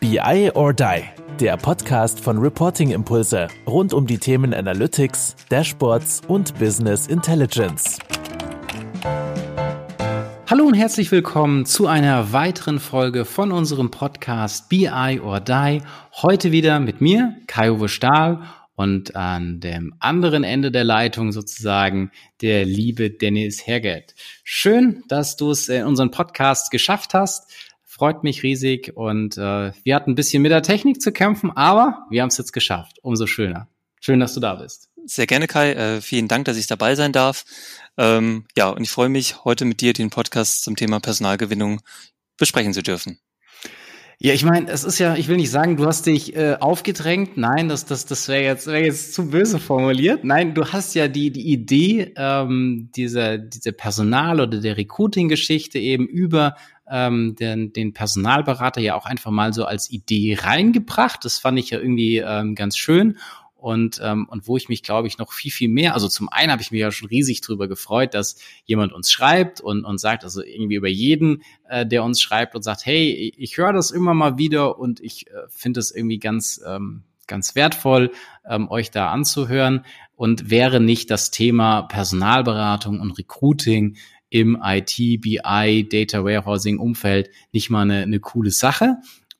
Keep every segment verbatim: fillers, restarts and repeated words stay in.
B I or Die, der Podcast von Reporting Impulse rund um die Themen Analytics, Dashboards und Business Intelligence. Hallo und herzlich willkommen zu einer weiteren Folge von unserem Podcast B I or Die. Heute wieder mit mir, Kai-Uwe Stahl, und an dem anderen Ende der Leitung sozusagen der liebe Dennis Herget. Schön, dass du es in unseren Podcast geschafft hast. Freut mich riesig und äh, wir hatten ein bisschen mit der Technik zu kämpfen, aber wir haben es jetzt geschafft. Umso schöner. Schön, dass du da bist. Sehr gerne, Kai. Äh, vielen Dank, dass ich dabei sein darf. Ähm, ja, und ich freue mich, heute mit dir den Podcast zum Thema Personalgewinnung besprechen zu dürfen. Ja, ich meine, es ist ja, ich will nicht sagen, du hast dich äh, aufgedrängt. Nein, das das das wäre jetzt wäre jetzt zu böse formuliert. Nein, du hast ja die die Idee ähm, dieser diese Personal- oder der Recruiting-Geschichte eben über ähm, den den Personalberater ja auch einfach mal so als Idee reingebracht. Das fand ich ja irgendwie ähm, ganz schön. Und ähm, und wo ich mich, glaube ich, noch viel, viel mehr, also zum einen habe ich mich ja schon riesig drüber gefreut, dass jemand uns schreibt und und sagt, also irgendwie über jeden, äh, der uns schreibt und sagt, hey, ich, ich höre das immer mal wieder und ich äh, finde es irgendwie ganz ähm, ganz wertvoll, ähm, euch da anzuhören. Und wäre nicht das Thema Personalberatung und Recruiting im I T, B I, Data Warehousing Umfeld nicht mal eine, eine coole Sache?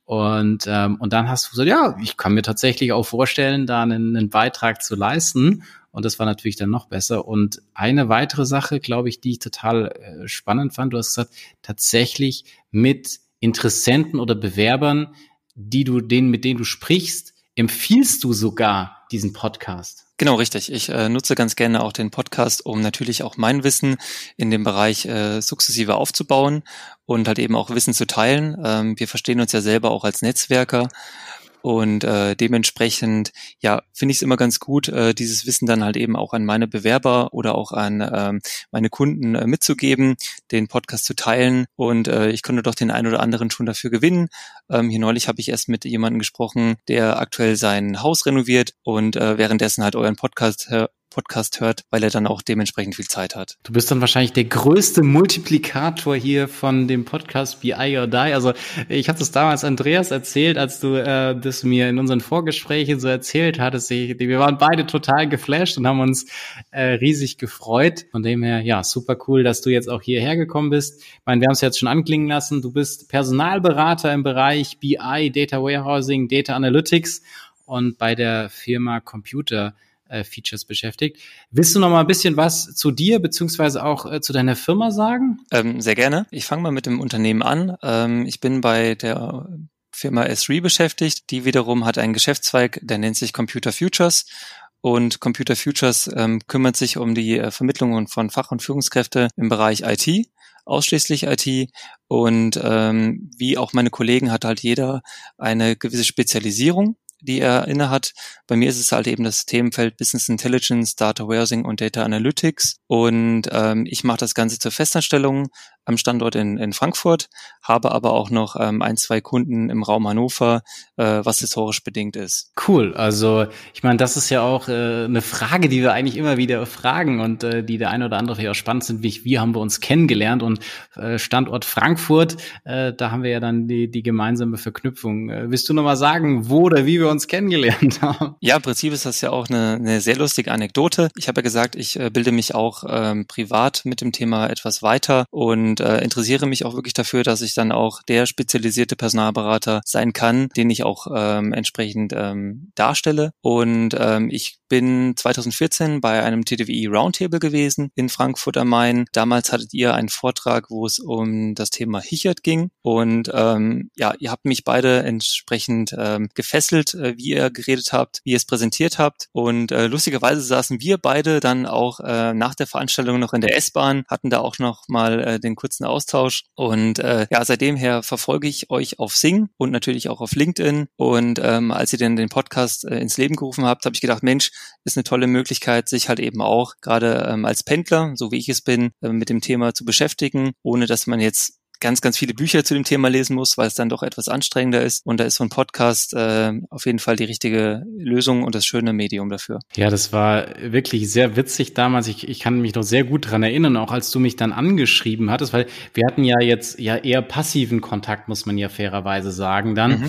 Und ähm, und dann hast du gesagt, ja, ich kann mir tatsächlich auch vorstellen, da einen, einen Beitrag zu leisten. Und das war natürlich dann noch besser. Und eine weitere Sache, glaube ich, die ich total äh, spannend fand, du hast gesagt, tatsächlich mit Interessenten oder Bewerbern, die du denen, mit denen du sprichst, empfiehlst du sogar diesen Podcast. Genau, richtig. Ich äh, nutze ganz gerne auch den Podcast, um natürlich auch mein Wissen in dem Bereich äh, sukzessive aufzubauen und halt eben auch Wissen zu teilen. Ähm, wir verstehen uns ja selber auch als Netzwerker und äh, dementsprechend, ja, finde ich es immer ganz gut, äh, dieses Wissen dann halt eben auch an meine Bewerber oder auch an ähm, meine Kunden äh, mitzugeben, den Podcast zu teilen und äh, ich konnte doch den einen oder anderen schon dafür gewinnen. Ähm, hier neulich habe ich erst mit jemandem gesprochen, der aktuell sein Haus renoviert und äh, währenddessen halt euren Podcast äh, Podcast hört, weil er dann auch dementsprechend viel Zeit hat. Du bist dann wahrscheinlich der größte Multiplikator hier von dem Podcast B I or Die. Also ich hatte es damals Andreas erzählt, als du äh, das mir in unseren Vorgesprächen so erzählt hattest. Ich, wir waren beide total geflasht und haben uns äh, riesig gefreut. Von dem her, ja, super cool, dass du jetzt auch hierher gekommen bist. Ich meine, wir haben es jetzt schon anklingen lassen. Du bist Personalberater im Bereich B I, Data Warehousing, Data Analytics und bei der Firma Computer Features beschäftigt. Willst du noch mal ein bisschen was zu dir beziehungsweise auch äh, zu deiner Firma sagen? Ähm, sehr gerne. Ich fange mal mit dem Unternehmen an. Ähm, ich bin bei der Firma S drei beschäftigt. Die wiederum hat einen Geschäftszweig, der nennt sich Computer Futures. Und Computer Futures ähm, kümmert sich um die äh, Vermittlung von Fach- und Führungskräfte im Bereich I T, ausschließlich I T. Und ähm, wie auch meine Kollegen hat halt jeder eine gewisse Spezialisierung, die er innehat. Bei mir ist es halt eben das Themenfeld Business Intelligence, Data Warehousing und Data Analytics. Und ähm, ich mache das Ganze zur Festanstellung am Standort in, in Frankfurt, habe aber auch noch ähm, ein, zwei Kunden im Raum Hannover, äh, was historisch bedingt ist. Cool, also ich meine, das ist ja auch äh, eine Frage, die wir eigentlich immer wieder fragen und äh, die der eine oder andere vielleicht auch spannend sind, wie, wie haben wir uns kennengelernt und äh, Standort Frankfurt, äh, da haben wir ja dann die, die gemeinsame Verknüpfung. Äh, willst du noch mal sagen, wo oder wie wir uns kennengelernt haben? Ja, im Prinzip ist das ja auch eine, eine sehr lustige Anekdote. Ich habe ja gesagt, ich äh, bilde mich auch ähm, privat mit dem Thema etwas weiter und äh, interessiere mich auch wirklich dafür, dass ich dann auch der spezialisierte Personalberater sein kann, den ich auch ähm, entsprechend ähm, darstelle. Und ähm, ich bin zwanzig vierzehn bei einem T D W I Roundtable gewesen in Frankfurt am Main. Damals hattet ihr einen Vortrag, wo es um das Thema Hichert ging. Und ähm, ja, ihr habt mich beide entsprechend ähm, gefesselt, äh, wie ihr geredet habt, wie ihr es präsentiert habt. Und äh, lustigerweise saßen wir beide dann auch äh, nach der Veranstaltung noch in der S-Bahn, hatten da auch noch mal äh, den kurzen Austausch. Und äh, ja, seitdem her verfolge ich euch auf Xing und natürlich auch auf LinkedIn. Und ähm, als ihr dann den Podcast äh, ins Leben gerufen habt, habe ich gedacht, Mensch, ist eine tolle Möglichkeit, sich halt eben auch gerade ähm, als Pendler, so wie ich es bin, äh, mit dem Thema zu beschäftigen, ohne dass man jetzt ganz, ganz viele Bücher zu dem Thema lesen muss, weil es dann doch etwas anstrengender ist. Und da ist so ein Podcast äh, auf jeden Fall die richtige Lösung und das schöne Medium dafür. Ja, das war wirklich sehr witzig damals. Ich, ich kann mich noch sehr gut dran erinnern, auch als du mich dann angeschrieben hattest, weil wir hatten ja jetzt ja eher passiven Kontakt, muss man ja fairerweise sagen dann. Mhm.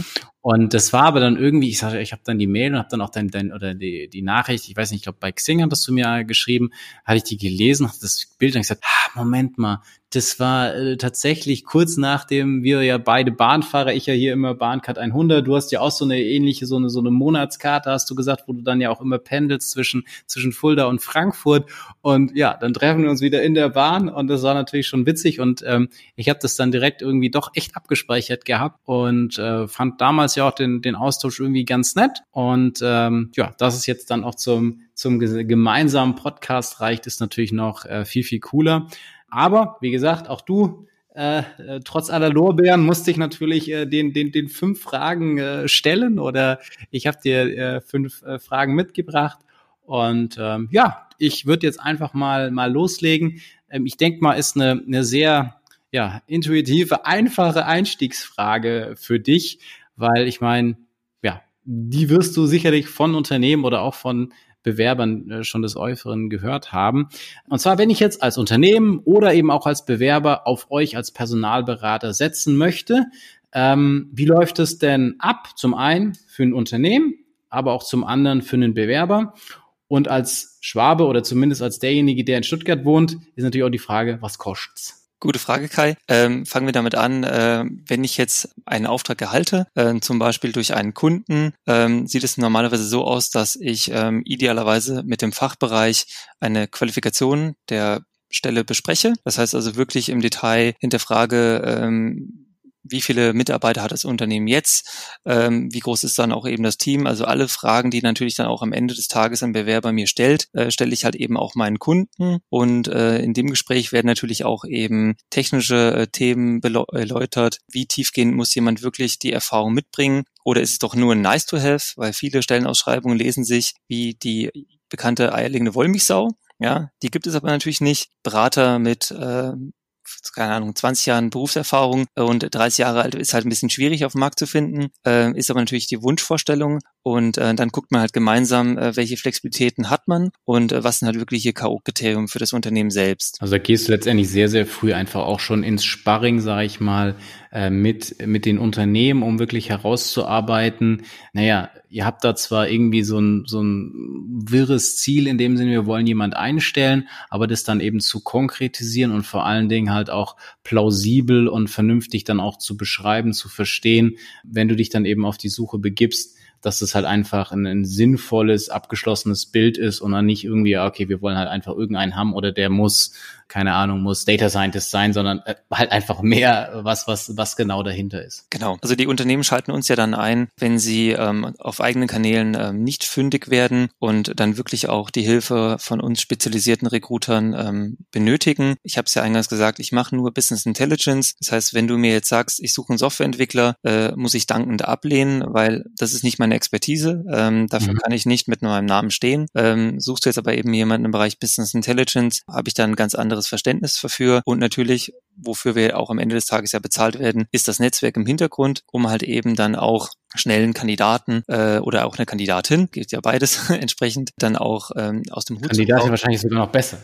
Und das war aber dann irgendwie, ich sage, ich habe dann die Mail und habe dann auch dein, dein oder die, die Nachricht, ich weiß nicht, ich glaube bei Xing hattest du mir geschrieben, hatte ich die gelesen, hatte das Bild und gesagt, ah, Moment mal, das war äh, tatsächlich kurz nachdem wir ja beide Bahnfahrer, ich ja hier immer Bahncard hundert, du hast ja auch so eine ähnliche, so eine so eine Monatskarte, hast du gesagt, wo du dann ja auch immer pendelst zwischen zwischen Fulda und Frankfurt. Und ja, dann treffen wir uns wieder in der Bahn und das war natürlich schon witzig und ähm, ich habe das dann direkt irgendwie doch echt abgespeichert gehabt und äh, fand damals ja auch den den Austausch irgendwie ganz nett. Und ähm, ja, dass es jetzt dann auch zum zum gemeinsamen Podcast reicht, ist natürlich noch äh, viel, viel cooler. Aber, wie gesagt, auch du, äh, äh, trotz aller Lorbeeren, musste ich natürlich äh, den, den, den fünf Fragen äh, stellen oder ich habe dir äh, fünf äh, Fragen mitgebracht. Und ähm, ja, ich würde jetzt einfach mal, mal loslegen. Ähm, ich denke mal, ist eine, eine sehr ja, intuitive, einfache Einstiegsfrage für dich, weil ich meine, ja, die wirst du sicherlich von Unternehmen oder auch von Bewerbern äh, schon des Öfteren gehört haben. Und zwar, wenn ich jetzt als Unternehmen oder eben auch als Bewerber auf euch als Personalberater setzen möchte, ähm, wie läuft es denn ab? Zum einen für ein Unternehmen, aber auch zum anderen für einen Bewerber. Und als Schwabe oder zumindest als derjenige, der in Stuttgart wohnt, ist natürlich auch die Frage, was kostet's? Gute Frage, Kai. Ähm, fangen wir damit an, äh, wenn ich jetzt einen Auftrag erhalte, äh, zum Beispiel durch einen Kunden, ähm, sieht es normalerweise so aus, dass ich ähm, idealerweise mit dem Fachbereich eine Qualifikation der Stelle bespreche. Das heißt also wirklich im Detail hinterfrage, ähm, wie viele Mitarbeiter hat das Unternehmen jetzt, ähm, wie groß ist dann auch eben das Team, also alle Fragen, die natürlich dann auch am Ende des Tages ein Bewerber mir stellt, äh, stelle ich halt eben auch meinen Kunden und äh, in dem Gespräch werden natürlich auch eben technische äh, Themen erläutert, wie tiefgehend muss jemand wirklich die Erfahrung mitbringen oder ist es doch nur ein nice to have, weil viele Stellenausschreibungen lesen sich wie die bekannte eierlegende Wollmilchsau, ja, die gibt es aber natürlich nicht. Berater mit äh, keine Ahnung, zwanzig Jahren Berufserfahrung und dreißig Jahre alt ist halt ein bisschen schwierig auf dem Markt zu finden, äh, ist aber natürlich die Wunschvorstellung und äh, dann guckt man halt gemeinsam, äh, welche Flexibilitäten hat man und äh, was sind halt wirkliche K O-Kriterien für das Unternehmen selbst. Also da gehst du letztendlich sehr, sehr früh einfach auch schon ins Sparring, sage ich mal, äh, mit mit den Unternehmen, um wirklich herauszuarbeiten, naja, ihr habt da zwar irgendwie so ein so ein wirres Ziel in dem Sinne, wir wollen jemand einstellen, aber das dann eben zu konkretisieren und vor allen Dingen halt auch plausibel und vernünftig dann auch zu beschreiben, zu verstehen, wenn du dich dann eben auf die Suche begibst, dass es halt einfach ein, ein sinnvolles, abgeschlossenes Bild ist und dann nicht irgendwie, okay, wir wollen halt einfach irgendeinen haben oder der muss, keine Ahnung, muss Data Scientist sein, sondern halt einfach mehr, was was was genau dahinter ist. Genau. Also die Unternehmen schalten uns ja dann ein, wenn sie ähm, auf eigenen Kanälen ähm, nicht fündig werden und dann wirklich auch die Hilfe von uns spezialisierten Recruitern ähm, benötigen. Ich habe es ja eingangs gesagt, ich mache nur Business Intelligence. Das heißt, wenn du mir jetzt sagst, ich suche einen Softwareentwickler, äh, muss ich dankend ablehnen, weil das ist nicht meine Expertise. Ähm, dafür mhm. kann ich nicht mit meinem Namen stehen. Ähm, suchst du jetzt aber eben jemanden im Bereich Business Intelligence, habe ich dann ein ganz anderes Verständnis dafür und natürlich, wofür wir auch am Ende des Tages ja bezahlt werden, ist das Netzwerk im Hintergrund, um halt eben dann auch schnellen Kandidaten äh, oder auch eine Kandidatin, geht ja beides entsprechend, dann auch ähm, aus dem Hut Kandidatin zu wahrscheinlich sogar noch besser.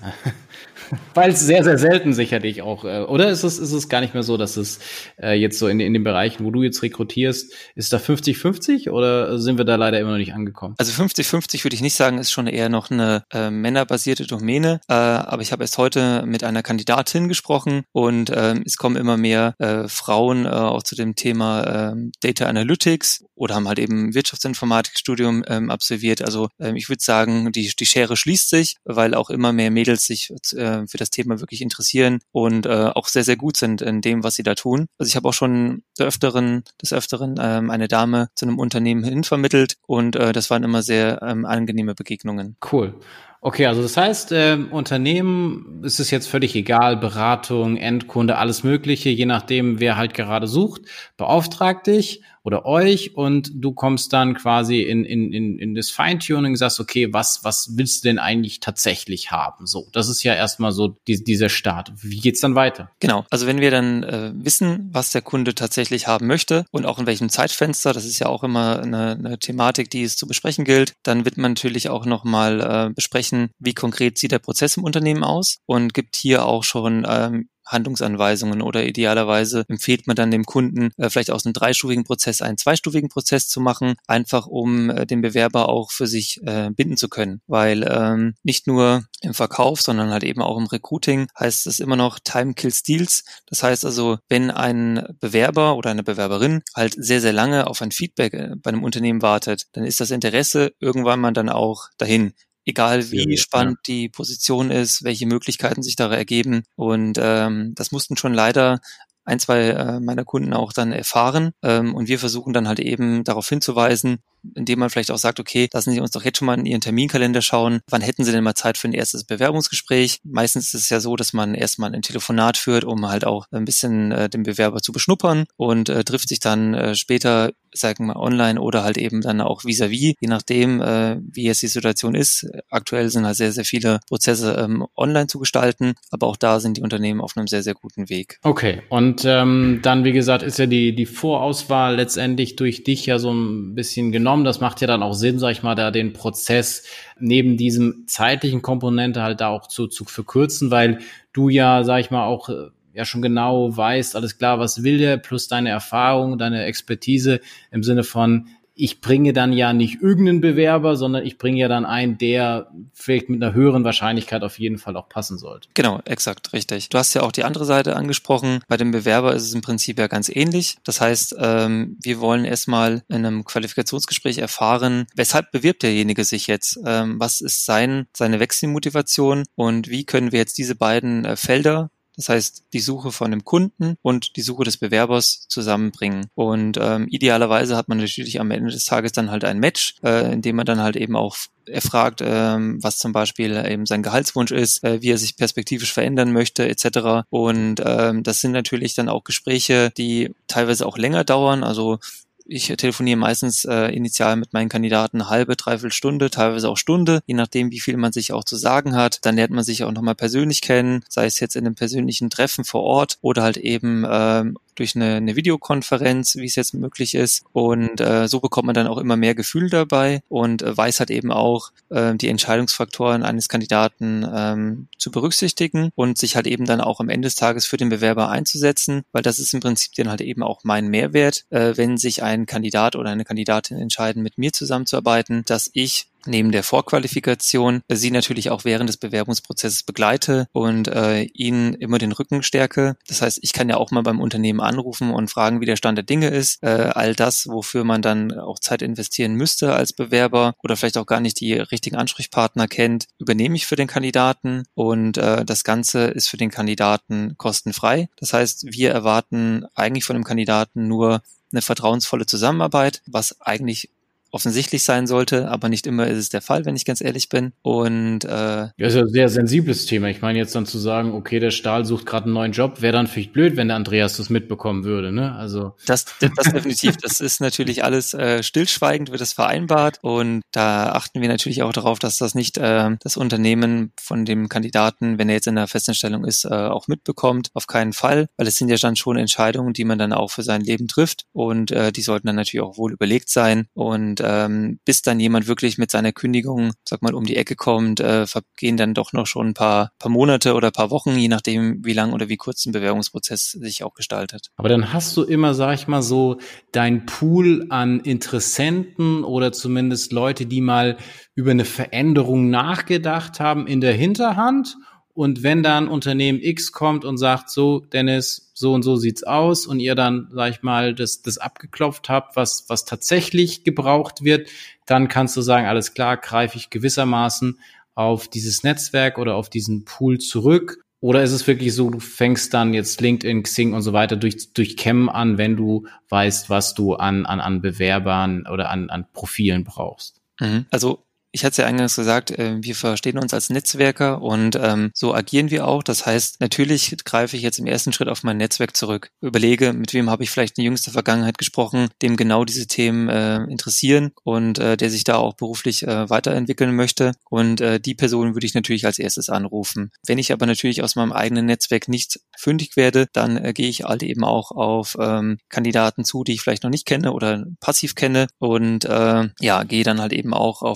Weil es sehr, sehr selten sicherlich auch, äh, oder ist es, ist es gar nicht mehr so, dass es äh, jetzt so in, in den Bereichen, wo du jetzt rekrutierst, ist da fünfzig fünfzig oder sind wir da leider immer noch nicht angekommen? Also fünfzig fünfzig würde ich nicht sagen, ist schon eher noch eine äh, männerbasierte Domäne, äh, aber ich habe erst heute mit einer Kandidatin gesprochen und äh, es kommen immer mehr äh, Frauen äh, auch zu dem Thema äh, Data Analytics oder haben halt eben Wirtschaftsinformatikstudium ähm, absolviert. Also ähm, ich würde sagen, die, die Schere schließt sich, weil auch immer mehr Mädels sich äh, für das Thema wirklich interessieren und äh, auch sehr, sehr gut sind in dem, was sie da tun. Also ich habe auch schon des Öfteren, des Öfteren ähm, eine Dame zu einem Unternehmen hin vermittelt und äh, das waren immer sehr ähm, angenehme Begegnungen. Cool. Okay, also das heißt, äh, Unternehmen ist es jetzt völlig egal, Beratung, Endkunde, alles Mögliche, je nachdem, wer halt gerade sucht, beauftragt dich oder euch und du kommst dann quasi in in in in das Feintuning und sagst, okay, was was willst du denn eigentlich tatsächlich haben? So, das ist ja erstmal so die, dieser Start. Wie geht's dann weiter? Genau, also wenn wir dann äh, wissen, was der Kunde tatsächlich haben möchte und auch in welchem Zeitfenster, das ist ja auch immer eine, eine Thematik, die es zu besprechen gilt, dann wird man natürlich auch nochmal äh, besprechen, besprechen, wie konkret sieht der Prozess im Unternehmen aus und gibt hier auch schon ähm, Handlungsanweisungen oder idealerweise empfiehlt man dann dem Kunden, äh, vielleicht aus einem dreistufigen Prozess einen zweistufigen Prozess zu machen, einfach um äh, den Bewerber auch für sich äh, binden zu können. Weil ähm, nicht nur im Verkauf, sondern halt eben auch im Recruiting heißt es immer noch Time kills deals. Das heißt also, wenn ein Bewerber oder eine Bewerberin halt sehr, sehr lange auf ein Feedback äh, bei einem Unternehmen wartet, dann ist das Interesse irgendwann mal dann auch dahin. Egal wie spannend ja. die Position ist, welche Möglichkeiten sich da ergeben. Und ähm, das mussten schon leider ein, zwei äh, meiner Kunden auch dann erfahren. Ähm, und wir versuchen dann halt eben darauf hinzuweisen, indem man vielleicht auch sagt, okay, lassen Sie uns doch jetzt schon mal in Ihren Terminkalender schauen. Wann hätten Sie denn mal Zeit für ein erstes Bewerbungsgespräch? Meistens ist es ja so, dass man erstmal ein Telefonat führt, um halt auch ein bisschen äh, den Bewerber zu beschnuppern und äh, trifft sich dann äh, später, sagen wir mal, online oder halt eben dann auch vis-à-vis, je nachdem, äh, wie jetzt die Situation ist. Aktuell sind halt sehr, sehr viele Prozesse ähm, online zu gestalten, aber auch da sind die Unternehmen auf einem sehr, sehr guten Weg. Okay, und ähm, dann, wie gesagt, ist ja die, die Vorauswahl letztendlich durch dich ja so ein bisschen genommen. Das macht ja dann auch Sinn, sag ich mal, da den Prozess neben diesem zeitlichen Komponente halt da auch zu, zu verkürzen, weil du ja, sag ich mal, auch ja schon genau weißt, alles klar, was will der, plus deine Erfahrung, deine Expertise im Sinne von, ich bringe dann ja nicht irgendeinen Bewerber, sondern ich bringe ja dann einen, der vielleicht mit einer höheren Wahrscheinlichkeit auf jeden Fall auch passen sollte. Genau, exakt, richtig. Du hast ja auch die andere Seite angesprochen. Bei dem Bewerber ist es im Prinzip ja ganz ähnlich. Das heißt, ähm, wir wollen erstmal in einem Qualifikationsgespräch erfahren, weshalb bewirbt derjenige sich jetzt? Ähm, was ist sein, seine Wechselmotivation und wie können wir jetzt diese beiden äh, Felder, das heißt, die Suche von dem Kunden und die Suche des Bewerbers zusammenbringen. Und ähm, idealerweise hat man natürlich am Ende des Tages dann halt ein Match, äh, in dem man dann halt eben auch erfragt, ähm, was zum Beispiel eben sein Gehaltswunsch ist, äh, wie er sich perspektivisch verändern möchte, et cetera. Und ähm, das sind natürlich dann auch Gespräche, die teilweise auch länger dauern. Also ich telefoniere meistens äh, initial mit meinen Kandidaten eine halbe, dreiviertel Stunde, teilweise auch Stunde, je nachdem, wie viel man sich auch zu sagen hat. Dann lernt man sich auch nochmal persönlich kennen, sei es jetzt in einem persönlichen Treffen vor Ort oder halt eben ähm, durch eine, eine Videokonferenz, wie es jetzt möglich ist. Und äh, so bekommt man dann auch immer mehr Gefühl dabei und äh, weiß halt eben auch, äh, die Entscheidungsfaktoren eines Kandidaten ähm, zu berücksichtigen und sich halt eben dann auch am Ende des Tages für den Bewerber einzusetzen, weil das ist im Prinzip dann halt eben auch mein Mehrwert, äh, wenn sich ein Kandidat oder eine Kandidatin entscheiden, mit mir zusammenzuarbeiten, dass ich neben der Vorqualifikation sie natürlich auch während des Bewerbungsprozesses begleite und äh, ihnen immer den Rücken stärke. Das heißt, ich kann ja auch mal beim Unternehmen anrufen und fragen, wie der Stand der Dinge ist. Äh, all das, wofür man dann auch Zeit investieren müsste als Bewerber oder vielleicht auch gar nicht die richtigen Ansprechpartner kennt, übernehme ich für den Kandidaten und äh, das Ganze ist für den Kandidaten kostenfrei. Das heißt, wir erwarten eigentlich von dem Kandidaten nur eine vertrauensvolle Zusammenarbeit, was eigentlich offensichtlich sein sollte, aber nicht immer ist es der Fall, wenn ich ganz ehrlich bin. Und äh, das ist ja ein sehr sensibles Thema. Ich meine jetzt dann zu sagen, okay, der Stahl sucht gerade einen neuen Job, wäre dann vielleicht blöd, wenn der Andreas das mitbekommen würde, ne? Also das, das definitiv. Das ist natürlich alles äh, stillschweigend, wird das vereinbart und da achten wir natürlich auch darauf, dass das nicht äh, das Unternehmen von dem Kandidaten, wenn er jetzt in der Festanstellung ist, äh, auch mitbekommt. Auf keinen Fall, weil es sind ja dann schon Entscheidungen, die man dann auch für sein Leben trifft und äh, die sollten dann natürlich auch wohl überlegt sein und ähm, bis dann jemand wirklich mit seiner Kündigung, sag mal, um die Ecke kommt, äh, vergehen dann doch noch schon ein paar, paar Monate oder paar Wochen, je nachdem, wie lang oder wie kurz ein Bewerbungsprozess sich auch gestaltet. Aber dann hast du immer, sag ich mal so, dein Pool an Interessenten oder zumindest Leute, die mal über eine Veränderung nachgedacht haben, in der Hinterhand. Und wenn dann Unternehmen X kommt und sagt, so, Dennis, so und so sieht's aus und ihr dann, sag ich mal, das, das abgeklopft habt, was, was tatsächlich gebraucht wird, dann kannst du sagen, alles klar, greife ich gewissermaßen auf dieses Netzwerk oder auf diesen Pool zurück. Oder ist es wirklich so, du fängst dann jetzt LinkedIn, Xing und so weiter durch, durch Chem an, wenn du weißt, was du an, an, an Bewerbern oder an, an Profilen brauchst? Mhm. Also, ich hatte es ja eingangs gesagt, äh, wir verstehen uns als Netzwerker und ähm, so agieren wir auch. Das heißt, natürlich greife ich jetzt im ersten Schritt auf mein Netzwerk zurück. Überlege, mit wem habe ich vielleicht in jüngster Vergangenheit gesprochen, dem genau diese Themen äh, interessieren und äh, der sich da auch beruflich äh, weiterentwickeln möchte. Und äh, die Person würde ich natürlich als erstes anrufen. Wenn ich aber natürlich aus meinem eigenen Netzwerk nicht fündig werde, dann äh, gehe ich halt eben auch auf ähm, Kandidaten zu, die ich vielleicht noch nicht kenne oder passiv kenne und äh, ja, gehe dann halt eben auch auf die sozialen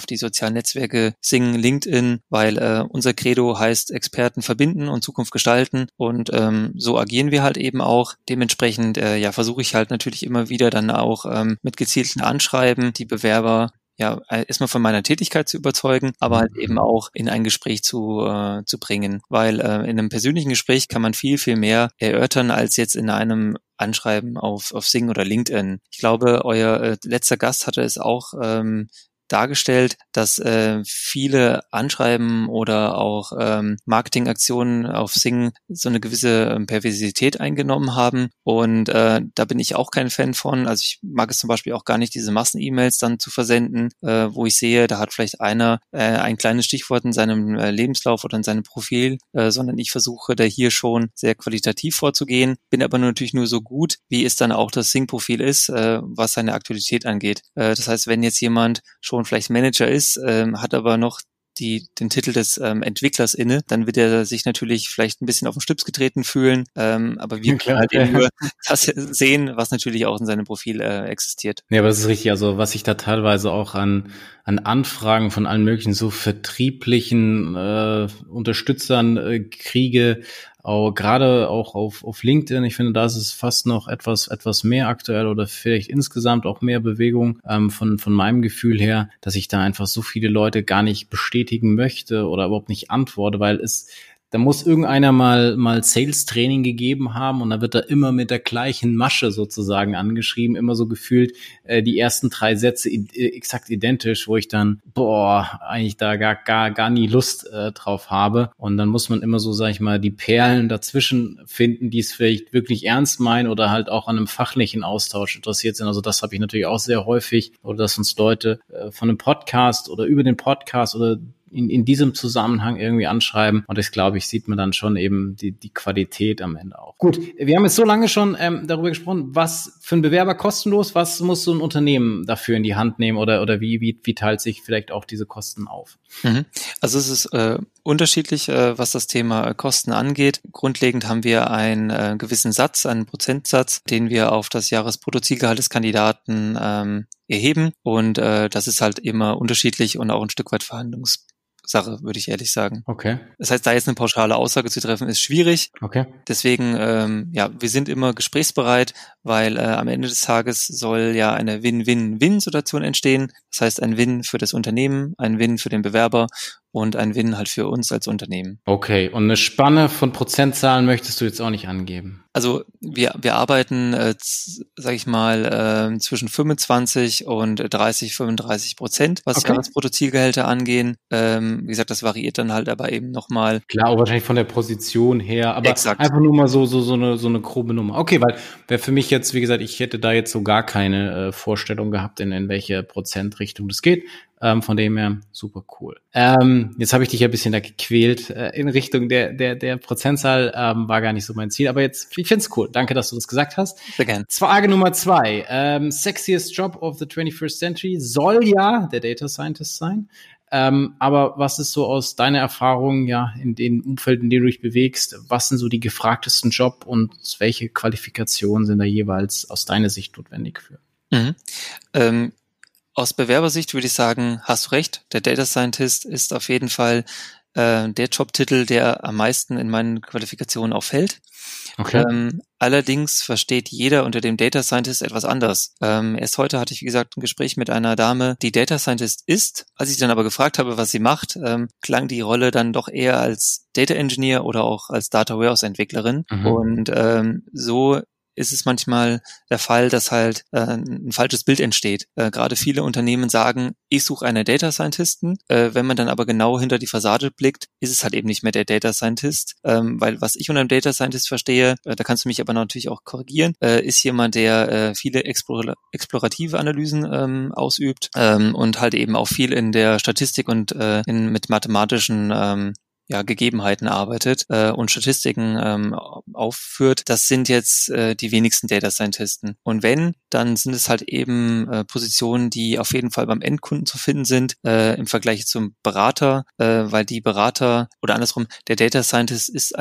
sozialen Netzwerke, Xing, LinkedIn, weil äh, unser Credo heißt Experten verbinden und Zukunft gestalten und ähm, so agieren wir halt eben auch. Dementsprechend äh, ja versuche ich halt natürlich immer wieder dann auch ähm, mit gezielten Anschreiben die Bewerber ja, erstmal von meiner Tätigkeit zu überzeugen, aber halt eben auch in ein Gespräch zu äh, zu bringen, weil äh, in einem persönlichen Gespräch kann man viel, viel mehr erörtern als jetzt in einem Anschreiben auf auf Xing oder LinkedIn. Ich glaube, euer äh, letzter Gast hatte es auch ähm, dargestellt, dass äh, viele Anschreiben oder auch ähm, Marketingaktionen auf Xing so eine gewisse ähm, Perversität eingenommen haben und äh, da bin ich auch kein Fan von. Also ich mag es zum Beispiel auch gar nicht, diese Massen-E-Mails dann zu versenden, äh, wo ich sehe, da hat vielleicht einer äh, ein kleines Stichwort in seinem äh, Lebenslauf oder in seinem Profil, äh, sondern ich versuche da hier schon sehr qualitativ vorzugehen, bin aber natürlich nur so gut, wie es dann auch das Xing-Profil ist, äh, was seine Aktualität angeht. Äh, das heißt, wenn jetzt jemand schon vielleicht Manager ist, ähm, hat aber noch die, den Titel des ähm, Entwicklers inne, dann wird er sich natürlich vielleicht ein bisschen auf den Schlips getreten fühlen, ähm, aber wir können halt eben nur das sehen, was natürlich auch in seinem Profil äh, existiert. Ja, aber das ist richtig, also was ich da teilweise auch an an Anfragen von allen möglichen so vertrieblichen äh, Unterstützern äh, kriege, auch gerade auch auf auf LinkedIn. Ich finde, da ist es fast noch etwas etwas mehr aktuell oder vielleicht insgesamt auch mehr Bewegung ähm, von von meinem Gefühl her, dass ich da einfach so viele Leute gar nicht bestätigen möchte oder überhaupt nicht antworte, weil es da muss irgendeiner mal mal Sales-Training gegeben haben und da wird da immer mit der gleichen Masche sozusagen angeschrieben, immer so gefühlt äh, die ersten drei Sätze i- exakt identisch, wo ich dann, boah, eigentlich da gar gar gar nie Lust äh, drauf habe. Und dann muss man immer so, sag ich mal, die Perlen dazwischen finden, die es vielleicht wirklich ernst meinen oder halt auch an einem fachlichen Austausch interessiert sind. Also das habe ich natürlich auch sehr häufig, oder dass uns Leute äh, von einem Podcast oder über den Podcast oder in, in diesem Zusammenhang irgendwie anschreiben. Und das, glaube ich, sieht man dann schon eben die, die Qualität am Ende auch. Gut, wir haben jetzt so lange schon ähm, darüber gesprochen, was für ein Bewerber kostenlos, was muss so ein Unternehmen dafür in die Hand nehmen oder oder wie wie, wie teilt sich vielleicht auch diese Kosten auf? Mhm. Also es ist äh, unterschiedlich, äh, was das Thema äh, Kosten angeht. Grundlegend haben wir einen äh, gewissen Satz, einen Prozentsatz, den wir auf das Jahresbruttozielgehalt des Kandidaten ähm, erheben. Und äh, das ist halt immer unterschiedlich und auch ein Stück weit Verhandlungs Sache, würde ich ehrlich sagen. Okay. Das heißt, da jetzt eine pauschale Aussage zu treffen, ist schwierig. Okay. Deswegen, ähm, ja, wir sind immer gesprächsbereit, weil äh, am Ende des Tages soll ja eine Win-Win-Win-Situation entstehen. Das heißt, ein Win für das Unternehmen, ein Win für den Bewerber und ein Win halt für uns als Unternehmen. Okay, und eine Spanne von Prozentzahlen möchtest du jetzt auch nicht angeben? Also wir wir arbeiten, äh, sage ich mal, äh, zwischen fünfundzwanzig und dreißig, fünfunddreißig Prozent, was Okay. Jahresbruttozielgehälter angehen. Ähm, wie gesagt, das variiert dann halt aber eben nochmal. Klar, auch wahrscheinlich von der Position her, aber Exakt. einfach nur mal so so so eine so eine grobe Nummer. Okay, weil wäre für mich jetzt, wie gesagt, ich hätte da jetzt so gar keine äh, Vorstellung gehabt, in, in welche Prozentrichtung das geht. Ähm, von dem her super cool. Ähm, jetzt habe ich dich ja ein bisschen da gequält äh, in Richtung der der der Prozentzahl, ähm, war gar nicht so mein Ziel, aber jetzt ich finde es cool. Danke, dass du das gesagt hast. Sehr gern. Frage Nummer zwei. Ähm, sexiest Job of the twenty-first century soll ja der Data Scientist sein. Ähm, aber was ist so aus deiner Erfahrung, ja, in den Umfelden, in denen du dich bewegst, was sind so die gefragtesten Job und welche Qualifikationen sind da jeweils aus deiner Sicht notwendig für? Mhm. Ähm, aus Bewerbersicht würde ich sagen, hast du recht, der Data Scientist ist auf jeden Fall äh, der Jobtitel, der am meisten in meinen Qualifikationen auffällt. Okay. Ähm, allerdings versteht jeder unter dem Data Scientist etwas anders. Ähm, erst heute hatte ich, wie gesagt, ein Gespräch mit einer Dame, die Data Scientist ist. Als ich dann aber gefragt habe, was sie macht, ähm, klang die Rolle dann doch eher als Data Engineer oder auch als Data Warehouse Entwicklerin. Mhm. Und ähm, so ist es manchmal der Fall, dass halt äh, ein falsches Bild entsteht. Äh, gerade viele Unternehmen sagen, ich suche einen Data Scientisten. Äh, wenn man dann aber genau hinter die Fassade blickt, ist es halt eben nicht mehr der Data Scientist. Ähm, weil was ich unter einem Data Scientist verstehe, äh, da kannst du mich aber natürlich auch korrigieren, äh, ist jemand, der äh, viele explora- explorative Analysen ähm, ausübt ähm, und halt eben auch viel in der Statistik und äh, in, mit mathematischen ähm, ja, Gegebenheiten arbeitet äh, und Statistiken ähm, aufführt, das sind jetzt äh, die wenigsten Data Scientisten. Und wenn, dann sind es halt eben äh, Positionen, die auf jeden Fall beim Endkunden zu finden sind, äh, im Vergleich zum Berater, äh, weil die Berater oder andersrum, der Data Scientist ist ein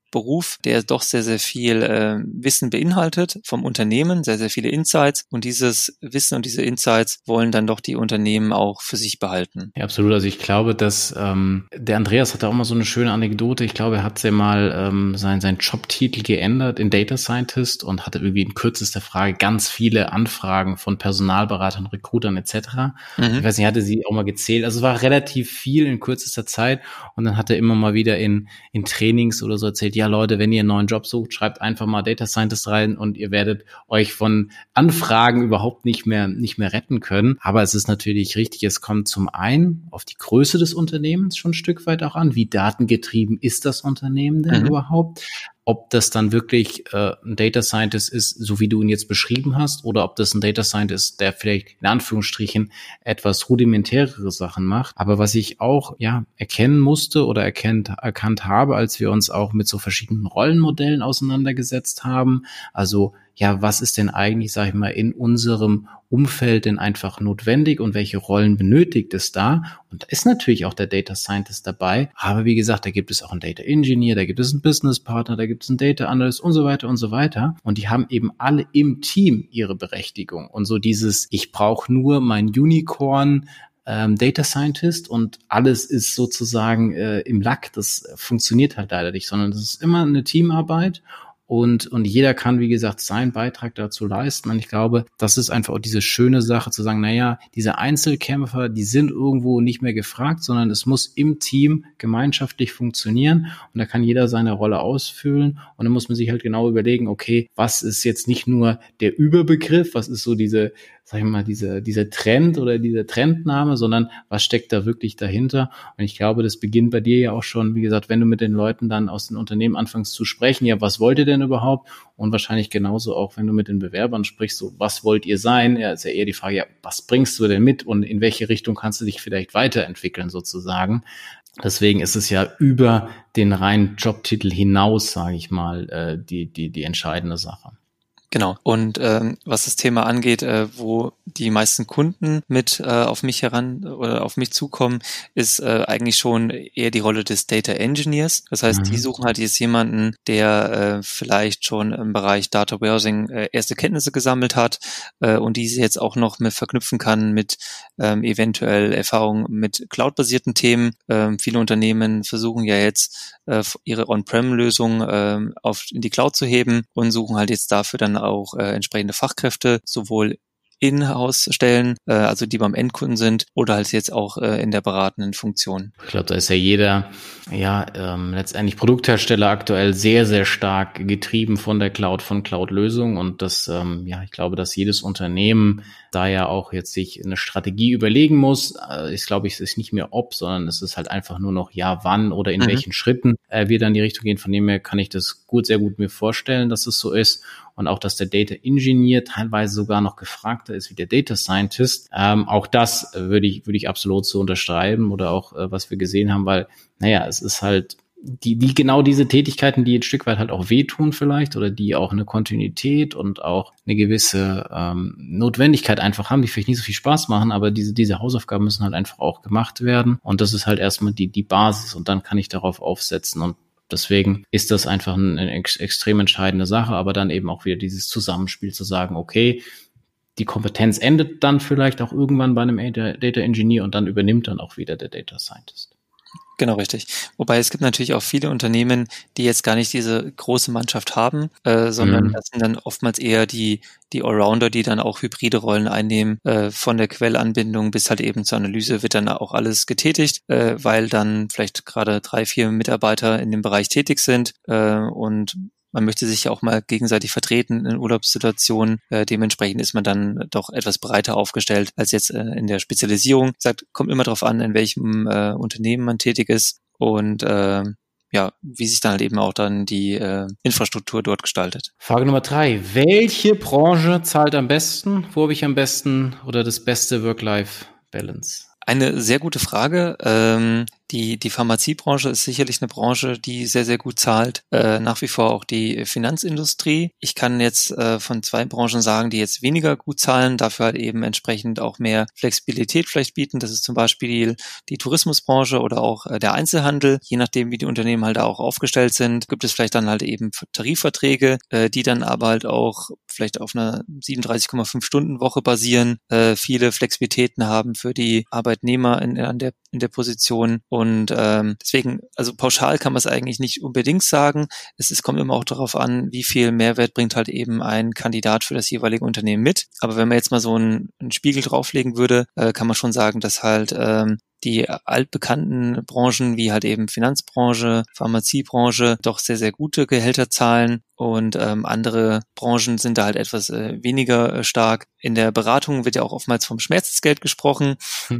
Beruf, der doch sehr, sehr viel äh, Wissen beinhaltet vom Unternehmen, sehr, sehr viele Insights. Und dieses Wissen und diese Insights wollen dann doch die Unternehmen auch für sich behalten. Ja, absolut. Also ich glaube, dass ähm, der Andreas hatte auch mal so eine schöne Anekdote. Ich glaube, er hat ja mal ähm, sein, sein Jobtitel geändert in Data Scientist und hatte irgendwie in kürzester Frage ganz viele Anfragen von Personalberatern, Recruitern et cetera. Mhm. Ich weiß nicht, hatte sie auch mal gezählt. Also es war relativ viel in kürzester Zeit und dann hat er immer mal wieder in in Trainings oder so erzählt, ja Leute, wenn ihr einen neuen Job sucht, schreibt einfach mal Data Scientist rein und ihr werdet euch von Anfragen überhaupt nicht mehr nicht mehr retten können. Aber es ist natürlich richtig, es kommt zum einen auf die Größe des Unternehmens schon ein Stück weit auch an. Wie datengetrieben ist das Unternehmen denn mhm. überhaupt? Ob das dann wirklich äh, ein Data Scientist ist, so wie du ihn jetzt beschrieben hast, oder ob das ein Data Scientist, der vielleicht in Anführungsstrichen etwas rudimentärere Sachen macht. Aber was ich auch ja erkennen musste oder erkennt, erkannt habe, als wir uns auch mit so verschiedenen Rollenmodellen auseinandergesetzt haben, also ja, was ist denn eigentlich, sag ich mal, in unserem Umfeld denn einfach notwendig und welche Rollen benötigt es da? Und da ist natürlich auch der Data Scientist dabei. Aber wie gesagt, da gibt es auch einen Data Engineer, da gibt es einen Business Partner, da gibt es einen Data Analyst und so weiter und so weiter. Und die haben eben alle im Team ihre Berechtigung. Und so dieses, ich brauche nur mein Unicorn, ähm, Data Scientist und alles ist sozusagen äh, im Lack, das funktioniert halt leider nicht, sondern das ist immer eine Teamarbeit. Und, und jeder kann, wie gesagt, seinen Beitrag dazu leisten. Und ich glaube, das ist einfach auch diese schöne Sache zu sagen, naja, diese Einzelkämpfer, die sind irgendwo nicht mehr gefragt, sondern es muss im Team gemeinschaftlich funktionieren. Und da kann jeder seine Rolle ausfüllen. Und dann muss man sich halt genau überlegen, okay, was ist jetzt nicht nur der Überbegriff, was ist so diese, sag ich mal, diese, dieser Trend oder dieser Trendname, sondern was steckt da wirklich dahinter? Und ich glaube, das beginnt bei dir ja auch schon, wie gesagt, wenn du mit den Leuten dann aus den Unternehmen anfängst zu sprechen, ja, was wollt ihr denn überhaupt? Und wahrscheinlich genauso auch, wenn du mit den Bewerbern sprichst, so, was wollt ihr sein? Ja, ist ja eher die Frage, ja, was bringst du denn mit und in welche Richtung kannst du dich vielleicht weiterentwickeln sozusagen? Deswegen ist es ja über den reinen Jobtitel hinaus, sage ich mal, äh, die, die, die entscheidende Sache. Genau. Und ähm, was das Thema angeht, äh, wo die meisten Kunden mit äh, auf mich heran oder auf mich zukommen, ist äh, eigentlich schon eher die Rolle des Data Engineers. Das heißt, mhm. die suchen halt jetzt jemanden, der äh, vielleicht schon im Bereich Data Warehousing äh, erste Kenntnisse gesammelt hat äh, und diese jetzt auch noch mit verknüpfen kann mit ähm, eventuell Erfahrungen mit cloud-basierten Themen. Ähm, viele Unternehmen versuchen ja jetzt äh, ihre On-Prem-Lösung äh, auf in die Cloud zu heben und suchen halt jetzt dafür dann auch äh, entsprechende Fachkräfte, sowohl In-House-Stellen, äh, also die beim Endkunden sind, oder halt jetzt auch äh, in der beratenden Funktion. Ich glaube, da ist ja jeder, ja, ähm, letztendlich Produkthersteller aktuell sehr, sehr stark getrieben von der Cloud, von Cloud-Lösungen und das, ähm, ja, ich glaube, dass jedes Unternehmen da ja auch jetzt sich eine Strategie überlegen muss. Äh, ich glaube, es ist nicht mehr ob, sondern es ist halt einfach nur noch, ja, wann oder in mhm. welchen Schritten äh, wir dann in die Richtung gehen. Von dem her kann ich das gut, sehr gut mir vorstellen, dass es so ist. Und auch, dass der Data Engineer teilweise sogar noch gefragter ist wie der Data Scientist. Ähm, auch das äh, würde ich, würde ich absolut so unterschreiben oder auch, äh, was wir gesehen haben, weil, naja, es ist halt die, die genau diese Tätigkeiten, die ein Stück weit halt auch wehtun vielleicht oder die auch eine Kontinuität und auch eine gewisse ähm, Notwendigkeit einfach haben, die vielleicht nicht so viel Spaß machen, aber diese, diese Hausaufgaben müssen halt einfach auch gemacht werden. Und das ist halt erstmal die, die Basis und dann kann ich darauf aufsetzen und deswegen ist das einfach eine ex- extrem entscheidende Sache, aber dann eben auch wieder dieses Zusammenspiel zu sagen, okay, die Kompetenz endet dann vielleicht auch irgendwann bei einem Data Engineer und dann übernimmt dann auch wieder der Data Scientist. Genau, richtig. Wobei es gibt natürlich auch viele Unternehmen, die jetzt gar nicht diese große Mannschaft haben, äh, sondern mhm. das sind dann oftmals eher die die Allrounder, die dann auch hybride Rollen einnehmen, äh, von der Quellanbindung bis halt eben zur Analyse wird dann auch alles getätigt, äh, weil dann vielleicht gerade drei, vier Mitarbeiter in dem Bereich tätig sind äh, und man möchte sich ja auch mal gegenseitig vertreten in Urlaubssituationen. Äh, dementsprechend ist man dann doch etwas breiter aufgestellt als jetzt äh, in der Spezialisierung. Sagt, kommt immer darauf an, in welchem äh, Unternehmen man tätig ist und äh, ja, wie sich dann halt eben auch dann die äh, Infrastruktur dort gestaltet. Frage Nummer drei. Welche Branche zahlt am besten? Wo habe ich am besten oder das beste Work-Life-Balance? Eine sehr gute Frage. Ähm, Die, die Pharmaziebranche ist sicherlich eine Branche, die sehr, sehr gut zahlt. Äh, nach wie vor auch die Finanzindustrie. Ich kann jetzt äh, von zwei Branchen sagen, die jetzt weniger gut zahlen, dafür halt eben entsprechend auch mehr Flexibilität vielleicht bieten. Das ist zum Beispiel die, die Tourismusbranche oder auch äh, der Einzelhandel. Je nachdem, wie die Unternehmen halt da auch aufgestellt sind, gibt es vielleicht dann halt eben Tarifverträge, äh, die dann aber halt auch vielleicht auf einer siebenunddreißig Komma fünf Stunden Woche basieren, äh, viele Flexibilitäten haben für die Arbeitnehmer in, in der in der Position und ähm, deswegen, also pauschal kann man es eigentlich nicht unbedingt sagen. Es, es kommt immer auch darauf an, wie viel Mehrwert bringt halt eben ein Kandidat für das jeweilige Unternehmen mit. Aber wenn man jetzt mal so einen, einen Spiegel drauflegen würde, äh, kann man schon sagen, dass halt ähm, die altbekannten Branchen wie halt eben Finanzbranche, Pharmaziebranche doch sehr, sehr gute Gehälter zahlen und ähm, andere Branchen sind da halt etwas äh, weniger äh, stark. In der Beratung wird ja auch oftmals vom Schmerzensgeld gesprochen.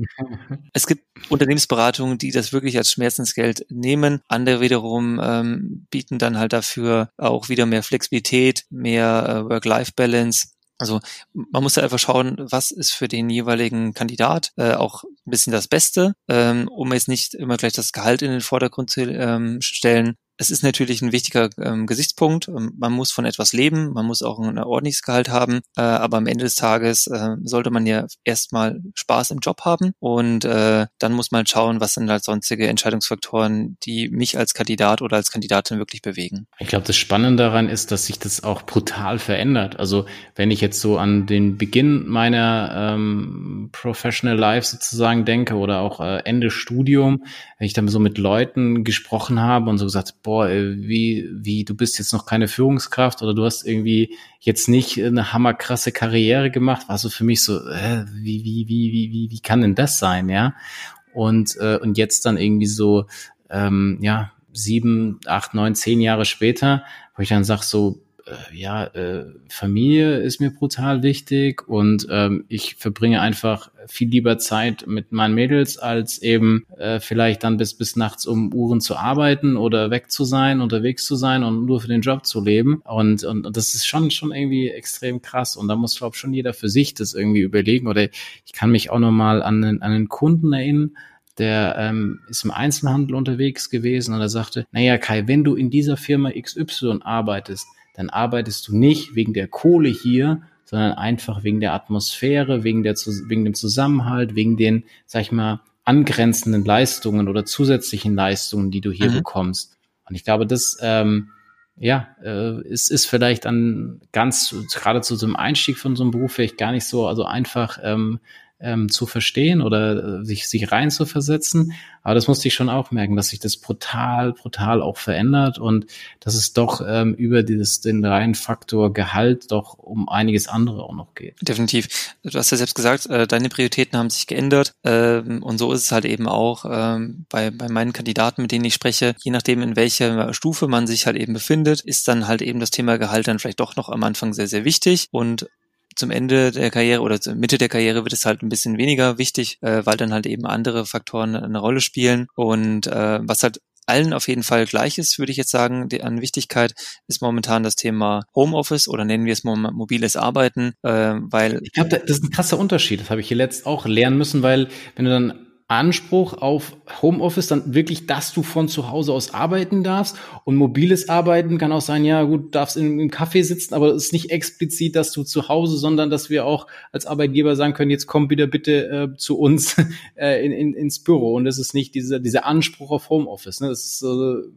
Es gibt Unternehmensberatungen, die das wirklich als Schmerzensgeld nehmen. Andere wiederum ähm, bieten dann halt dafür auch wieder mehr Flexibilität, mehr äh, Work-Life-Balance. Also man muss ja einfach schauen, was ist für den jeweiligen Kandidat äh, auch ein bisschen das Beste, ähm, um jetzt nicht immer gleich das Gehalt in den Vordergrund zu ähm, stellen. Es ist natürlich ein wichtiger ähm, Gesichtspunkt. Ähm, man muss von etwas leben, man muss auch ein ordentliches Gehalt haben, äh, aber am Ende des Tages äh, sollte man ja erstmal Spaß im Job haben und äh, dann muss man schauen, was sind halt sonstige Entscheidungsfaktoren, die mich als Kandidat oder als Kandidatin wirklich bewegen. Ich glaube, das Spannende daran ist, dass sich das auch brutal verändert. Also wenn ich jetzt so an den Beginn meiner ähm, Professional Life sozusagen denke oder auch äh, Ende Studium, wenn ich dann so mit Leuten gesprochen habe und so gesagt, boah, wie, wie, du bist jetzt noch keine Führungskraft oder du hast irgendwie jetzt nicht eine hammerkrasse Karriere gemacht, war so für mich so, äh, wie, wie, wie, wie, wie, wie kann denn das sein, ja? Und, äh, und jetzt dann irgendwie so, ähm, ja, sieben, acht, neun, zehn Jahre später, wo ich dann sag so, äh, ja, äh, Familie ist mir brutal wichtig und ähm, ich verbringe einfach viel lieber Zeit mit meinen Mädels, als eben äh, vielleicht dann bis bis nachts um Uhren zu arbeiten oder weg zu sein, unterwegs zu sein und nur für den Job zu leben. Und und, und das ist schon schon irgendwie extrem krass. Und da muss, glaube ich, schon jeder für sich das irgendwie überlegen. Oder ich kann mich auch noch mal an einen, an einen Kunden erinnern, der ähm, ist im Einzelhandel unterwegs gewesen und er sagte, naja Kai, wenn du in dieser Firma X Y arbeitest, dann arbeitest du nicht wegen der Kohle hier, sondern einfach wegen der Atmosphäre, wegen der wegen dem Zusammenhalt, wegen den, sag ich mal, angrenzenden Leistungen oder zusätzlichen Leistungen, die du hier mhm. bekommst. Und ich glaube, das ähm, ja, äh, ist, ist vielleicht dann ganz, gerade zu so einem Einstieg von so einem Beruf vielleicht gar nicht so also einfach ähm, ähm, zu verstehen oder äh, sich sich rein zu versetzen. Aber das musste ich schon auch merken, dass sich das brutal, brutal auch verändert und dass es doch ähm, über dieses den reinen Faktor Gehalt doch um einiges andere auch noch geht. Definitiv. Du hast ja selbst gesagt, äh, deine Prioritäten haben sich geändert ähm, und so ist es halt eben auch ähm, bei bei meinen Kandidaten, mit denen ich spreche. Je nachdem, in welcher Stufe man sich halt eben befindet, ist dann halt eben das Thema Gehalt dann vielleicht doch noch am Anfang sehr, sehr wichtig und zum Ende der Karriere oder zur Mitte der Karriere wird es halt ein bisschen weniger wichtig, äh, weil dann halt eben andere Faktoren eine Rolle spielen. Und äh, was halt allen auf jeden Fall gleich ist, würde ich jetzt sagen, die, an Wichtigkeit ist momentan das Thema Homeoffice oder nennen wir es mal mobiles Arbeiten, äh, weil... Ich glaube, das ist ein krasser Unterschied. Das habe ich hier letzt auch lernen müssen, weil wenn du dann Anspruch auf Homeoffice, dann wirklich, dass du von zu Hause aus arbeiten darfst. Und mobiles Arbeiten kann auch sein, ja gut, du darfst in, im Café sitzen, aber es ist nicht explizit, dass du zu Hause, sondern dass wir auch als Arbeitgeber sagen können, jetzt komm wieder bitte äh, zu uns äh, in, in, ins Büro. Und das ist nicht dieser dieser Anspruch auf Homeoffice. Ne? Das ist so äh,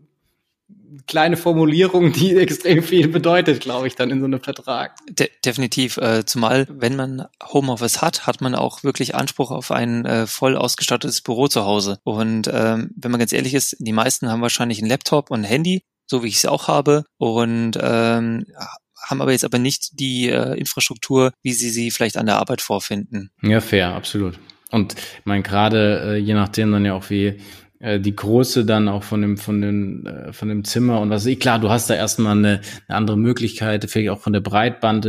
kleine Formulierung, die extrem viel bedeutet, glaube ich, dann in so einem Vertrag. De- definitiv, äh, zumal wenn man Homeoffice hat, hat man auch wirklich Anspruch auf ein äh, voll ausgestattetes Büro zu Hause. Und ähm, wenn man ganz ehrlich ist, die meisten haben wahrscheinlich einen Laptop und ein Handy, so wie ich es auch habe, und ähm, haben aber jetzt aber nicht die äh, Infrastruktur, wie sie sie vielleicht an der Arbeit vorfinden. Ja, fair, absolut. Und ich meine, gerade äh, je nachdem dann ja auch wie die Größe dann auch von dem von dem von dem Zimmer und was ich klar, du hast da erstmal eine, eine andere Möglichkeit, vielleicht auch von der Breitbande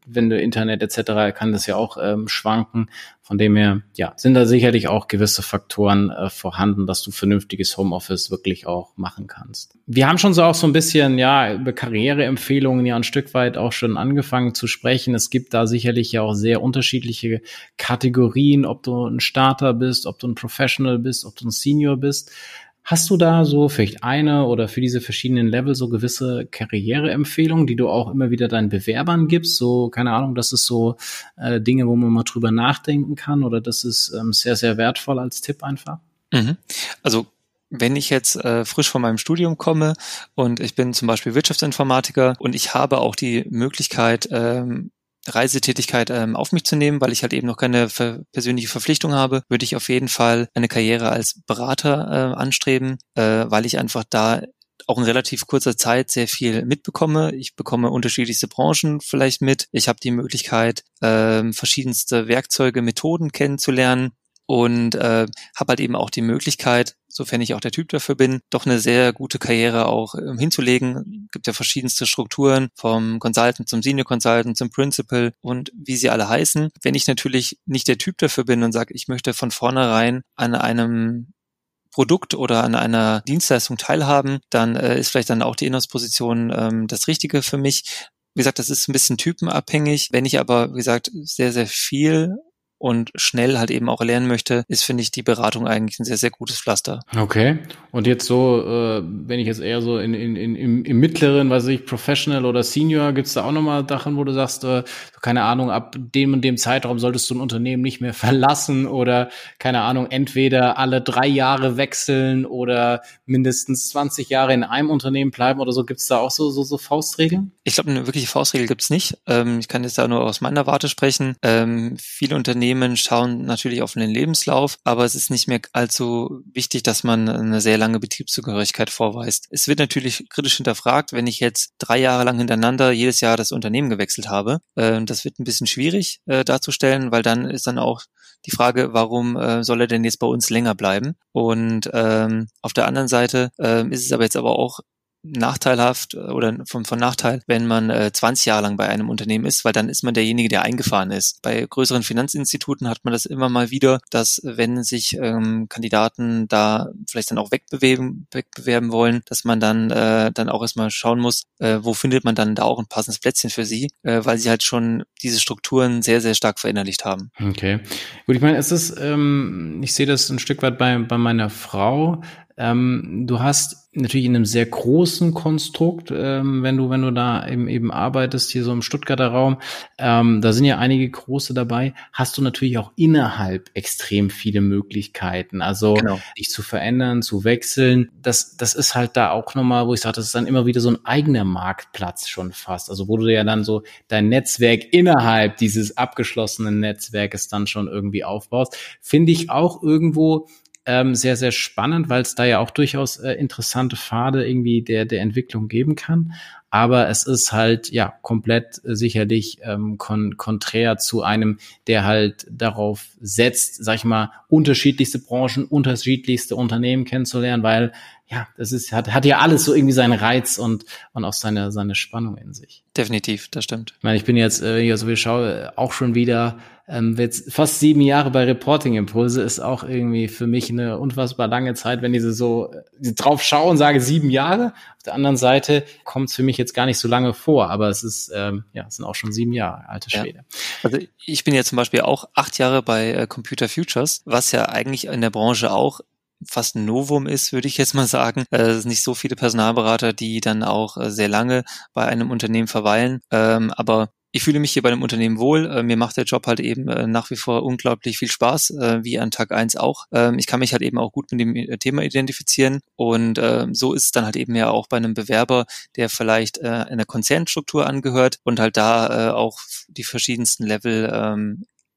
wenn du Internet et cetera, kann das ja auch ähm, schwanken. Von dem her, ja, sind da sicherlich auch gewisse Faktoren äh, vorhanden, dass du vernünftiges Homeoffice wirklich auch machen kannst. Wir haben schon so auch so ein bisschen, ja, über Karriereempfehlungen ja ein Stück weit auch schon angefangen zu sprechen. Es gibt da sicherlich ja auch sehr unterschiedliche Kategorien, ob du ein Starter bist, ob du ein Professional bist, ob du ein Senior bist. Hast du da so vielleicht eine oder für diese verschiedenen Level so gewisse Karriereempfehlungen, die du auch immer wieder deinen Bewerbern gibst? So, keine Ahnung, das ist so äh, Dinge, wo man mal drüber nachdenken kann, oder das ist ähm, sehr, sehr wertvoll als Tipp einfach? Mhm. Also wenn ich jetzt äh, frisch von meinem Studium komme und ich bin zum Beispiel Wirtschaftsinformatiker und ich habe auch die Möglichkeit, ähm, Reisetätigkeit ähm, auf mich zu nehmen, weil ich halt eben noch keine ver- persönliche Verpflichtung habe, würde ich auf jeden Fall eine Karriere als Berater äh, anstreben, äh, weil ich einfach da auch in relativ kurzer Zeit sehr viel mitbekomme. Ich bekomme unterschiedlichste Branchen vielleicht mit. Ich habe die Möglichkeit, äh, verschiedenste Werkzeuge, Methoden kennenzulernen und äh, habe halt eben auch die Möglichkeit, sofern ich auch der Typ dafür bin, doch eine sehr gute Karriere auch ähm, hinzulegen. Es gibt ja verschiedenste Strukturen, vom Consultant zum Senior Consultant zum Principal und wie sie alle heißen. Wenn ich natürlich nicht der Typ dafür bin und sage, ich möchte von vornherein an einem Produkt oder an einer Dienstleistung teilhaben, dann äh, ist vielleicht dann auch die Inhouse-Position ähm, das Richtige für mich. Wie gesagt, das ist ein bisschen typenabhängig. Wenn ich aber, wie gesagt, sehr, sehr viel und schnell halt eben auch lernen möchte, ist, finde ich, die Beratung eigentlich ein sehr, sehr gutes Pflaster. Okay. Und jetzt so, äh, wenn ich jetzt eher so in, in, in im, im mittleren, weiß ich, Professional oder Senior, gibt's da auch nochmal Sachen, wo du sagst, äh, keine Ahnung, ab dem und dem Zeitraum solltest du ein Unternehmen nicht mehr verlassen oder, keine Ahnung, entweder alle drei Jahre wechseln oder mindestens zwanzig Jahre in einem Unternehmen bleiben oder so. Gibt's da auch so, so, so Faustregeln? Ich glaube, eine wirkliche Faustregel gibt's nicht. Ähm, ich kann jetzt da nur aus meiner Warte sprechen. Ähm, viele Unternehmen schauen natürlich auf den Lebenslauf, aber es ist nicht mehr allzu wichtig, dass man eine sehr lange Betriebszugehörigkeit vorweist. Es wird natürlich kritisch hinterfragt, wenn ich jetzt drei Jahre lang hintereinander jedes Jahr das Unternehmen gewechselt habe. Äh, das wird ein bisschen schwierig äh, darzustellen, weil dann ist dann auch die Frage, warum äh, soll er denn jetzt bei uns länger bleiben? Und ähm, auf der anderen Seite äh, ist es aber jetzt aber auch nachteilhaft oder von, von Nachteil, wenn man äh, zwanzig Jahre lang bei einem Unternehmen ist, weil dann ist man derjenige, der eingefahren ist. Bei größeren Finanzinstituten hat man das immer mal wieder, dass wenn sich ähm, Kandidaten da vielleicht dann auch wegbewerben, wegbewerben wollen, dass man dann äh, dann auch erstmal schauen muss, äh, wo findet man dann da auch ein passendes Plätzchen für sie, äh, weil sie halt schon diese Strukturen sehr, sehr stark verinnerlicht haben. Okay. Gut, ich meine, es ist, ähm, ich sehe das ein Stück weit bei, bei meiner Frau. Ähm, du hast natürlich in einem sehr großen Konstrukt, ähm, wenn du wenn du da eben eben arbeitest, hier so im Stuttgarter Raum, ähm, da sind ja einige große dabei, hast du natürlich auch innerhalb extrem viele Möglichkeiten, also Genau. dich zu verändern, zu wechseln. Das das ist halt da auch nochmal, wo ich sage, das ist dann immer wieder so ein eigener Marktplatz schon fast, also wo du ja dann so dein Netzwerk innerhalb dieses abgeschlossenen Netzwerkes dann schon irgendwie aufbaust, finde ich auch irgendwo Ähm, sehr, sehr spannend, weil es da ja auch durchaus äh, interessante Pfade irgendwie der der Entwicklung geben kann. Aber es ist halt ja komplett äh, sicherlich ähm, kon- konträr zu einem, der halt darauf setzt, sag ich mal, unterschiedlichste Branchen, unterschiedlichste Unternehmen kennenzulernen, weil ja, das ist hat hat ja alles so irgendwie seinen Reiz und und auch seine seine Spannung in sich. Definitiv, das stimmt. Ich meine, ich bin jetzt, äh, wenn ich so schaue, auch schon wieder ähm, jetzt fast sieben Jahre bei Reporting Impulse, ist auch irgendwie für mich eine unfassbar lange Zeit, wenn diese so äh, drauf schauen, sage sieben Jahre. Auf der anderen Seite kommt es für mich jetzt gar nicht so lange vor, aber es ist, ähm, ja, es sind auch schon sieben Jahre, alte Schwede. Ja. Also ich bin ja zum Beispiel auch acht Jahre bei äh, Computer Futures, was ja eigentlich in der Branche auch fast ein Novum ist, würde ich jetzt mal sagen. Äh, es sind nicht so viele Personalberater, die dann auch äh, sehr lange bei einem Unternehmen verweilen. Ähm, aber ich fühle mich hier bei einem Unternehmen wohl. Äh, mir macht der Job halt eben äh, nach wie vor unglaublich viel Spaß, äh, wie an Tag eins auch. Ähm, ich kann mich halt eben auch gut mit dem äh, Thema identifizieren. Und äh, so ist es dann halt eben ja auch bei einem Bewerber, der vielleicht äh, einer Konzernstruktur angehört und halt da äh, auch die verschiedensten Level ähm,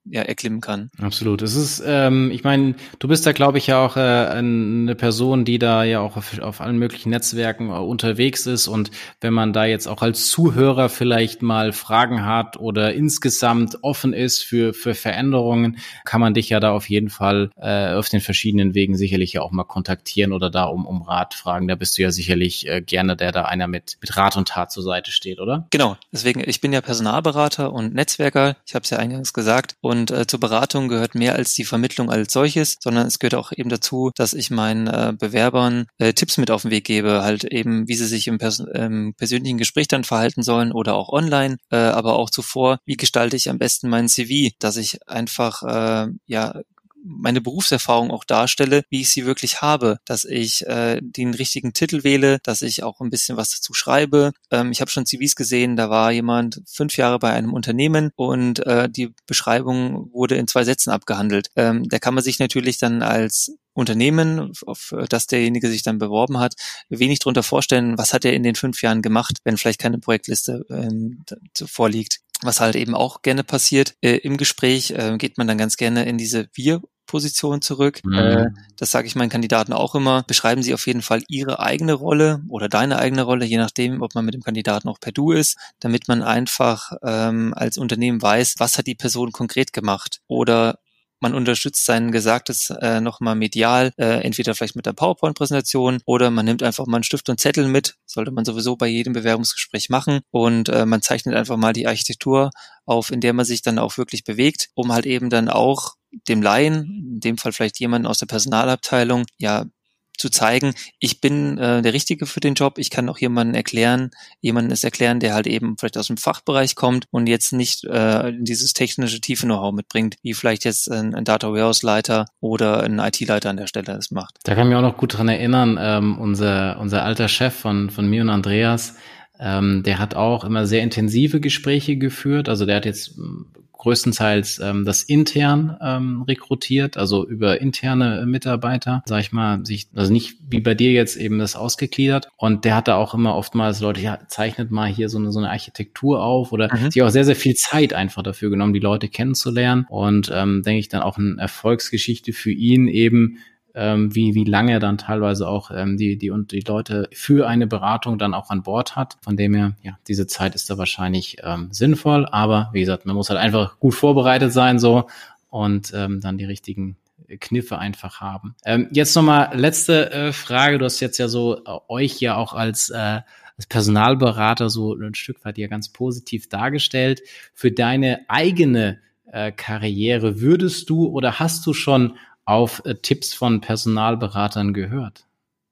ja, erklimmen kann. Absolut. Es ist, ähm, ich meine, du bist da, glaube ich, ja auch äh, eine Person, die da ja auch auf, auf allen möglichen Netzwerken äh, unterwegs ist. Und wenn man da jetzt auch als Zuhörer vielleicht mal Fragen hat oder insgesamt offen ist für für Veränderungen, kann man dich ja da auf jeden Fall äh, auf den verschiedenen Wegen sicherlich ja auch mal kontaktieren oder da um um Rat fragen. Da bist du ja sicherlich äh, gerne der da einer mit mit Rat und Tat zur Seite steht, oder? Genau. Deswegen, ich bin ja Personalberater und Netzwerker. Ich habe es ja eingangs gesagt. Und äh, zur Beratung gehört mehr als die Vermittlung als solches, sondern es gehört auch eben dazu, dass ich meinen äh, Bewerbern äh, Tipps mit auf den Weg gebe, halt eben, wie sie sich im Pers- ähm, persönlichen Gespräch dann verhalten sollen oder auch online, äh, aber auch zuvor, wie gestalte ich am besten meinen C V, dass ich einfach äh, ja meine Berufserfahrung auch darstelle, wie ich sie wirklich habe, dass ich äh, den richtigen Titel wähle, dass ich auch ein bisschen was dazu schreibe. Ähm, ich habe schon C Vs gesehen, da war jemand fünf Jahre bei einem Unternehmen und äh, die Beschreibung wurde in zwei Sätzen abgehandelt. Ähm, da kann man sich natürlich dann als Unternehmen, auf das derjenige sich dann beworben hat, wenig darunter vorstellen, was hat er in den fünf Jahren gemacht, wenn vielleicht keine Projektliste ähm, vorliegt. Was halt eben auch gerne passiert, äh, im Gespräch äh, geht man dann ganz gerne in diese Wir-Position zurück. Mhm. Äh, das sage ich meinen Kandidaten auch immer. Beschreiben Sie auf jeden Fall Ihre eigene Rolle oder deine eigene Rolle, je nachdem, ob man mit dem Kandidaten auch per Du ist, damit man einfach ähm, als Unternehmen weiß, was hat die Person konkret gemacht oder man unterstützt sein Gesagtes äh, nochmal medial, äh, entweder vielleicht mit der PowerPoint-Präsentation oder man nimmt einfach mal einen Stift und Zettel mit, sollte man sowieso bei jedem Bewerbungsgespräch machen und äh, man zeichnet einfach mal die Architektur auf, in der man sich dann auch wirklich bewegt, um halt eben dann auch dem Laien, in dem Fall vielleicht jemanden aus der Personalabteilung, ja, zu zeigen, ich bin äh, der Richtige für den Job, ich kann auch jemanden erklären, jemanden es erklären, der halt eben vielleicht aus dem Fachbereich kommt und jetzt nicht äh, dieses technische tiefe Know-how mitbringt, wie vielleicht jetzt ein, ein Data Warehouse-Leiter oder ein I T-Leiter an der Stelle das macht. Da kann ich mich auch noch gut dran erinnern, ähm, unser unser alter Chef von von mir und Andreas, ähm, der hat auch immer sehr intensive Gespräche geführt, also der hat jetzt größtenteils ähm, das intern ähm, rekrutiert, also über interne Mitarbeiter, sag ich mal, sich, also nicht wie bei dir jetzt eben das ausgegliedert. Und der hat da auch immer oftmals Leute, ja, zeichnet mal hier so eine so eine Architektur auf oder mhm. sich auch sehr, sehr viel Zeit einfach dafür genommen, die Leute kennenzulernen. Und ähm, denke ich dann auch eine Erfolgsgeschichte für ihn eben, Ähm, wie wie lange er dann teilweise auch ähm, die die und die Leute für eine Beratung dann auch an Bord hat. Von dem her, ja, diese Zeit ist da wahrscheinlich ähm, sinnvoll, aber wie gesagt, man muss halt einfach gut vorbereitet sein so und ähm, dann die richtigen Kniffe einfach haben. Ähm, jetzt nochmal letzte äh, Frage. Du hast jetzt ja so äh, euch ja auch als äh, als Personalberater so ein Stück weit ja ganz positiv dargestellt. Für deine eigene äh, Karriere würdest du oder hast du schon auf äh, Tipps von Personalberatern gehört?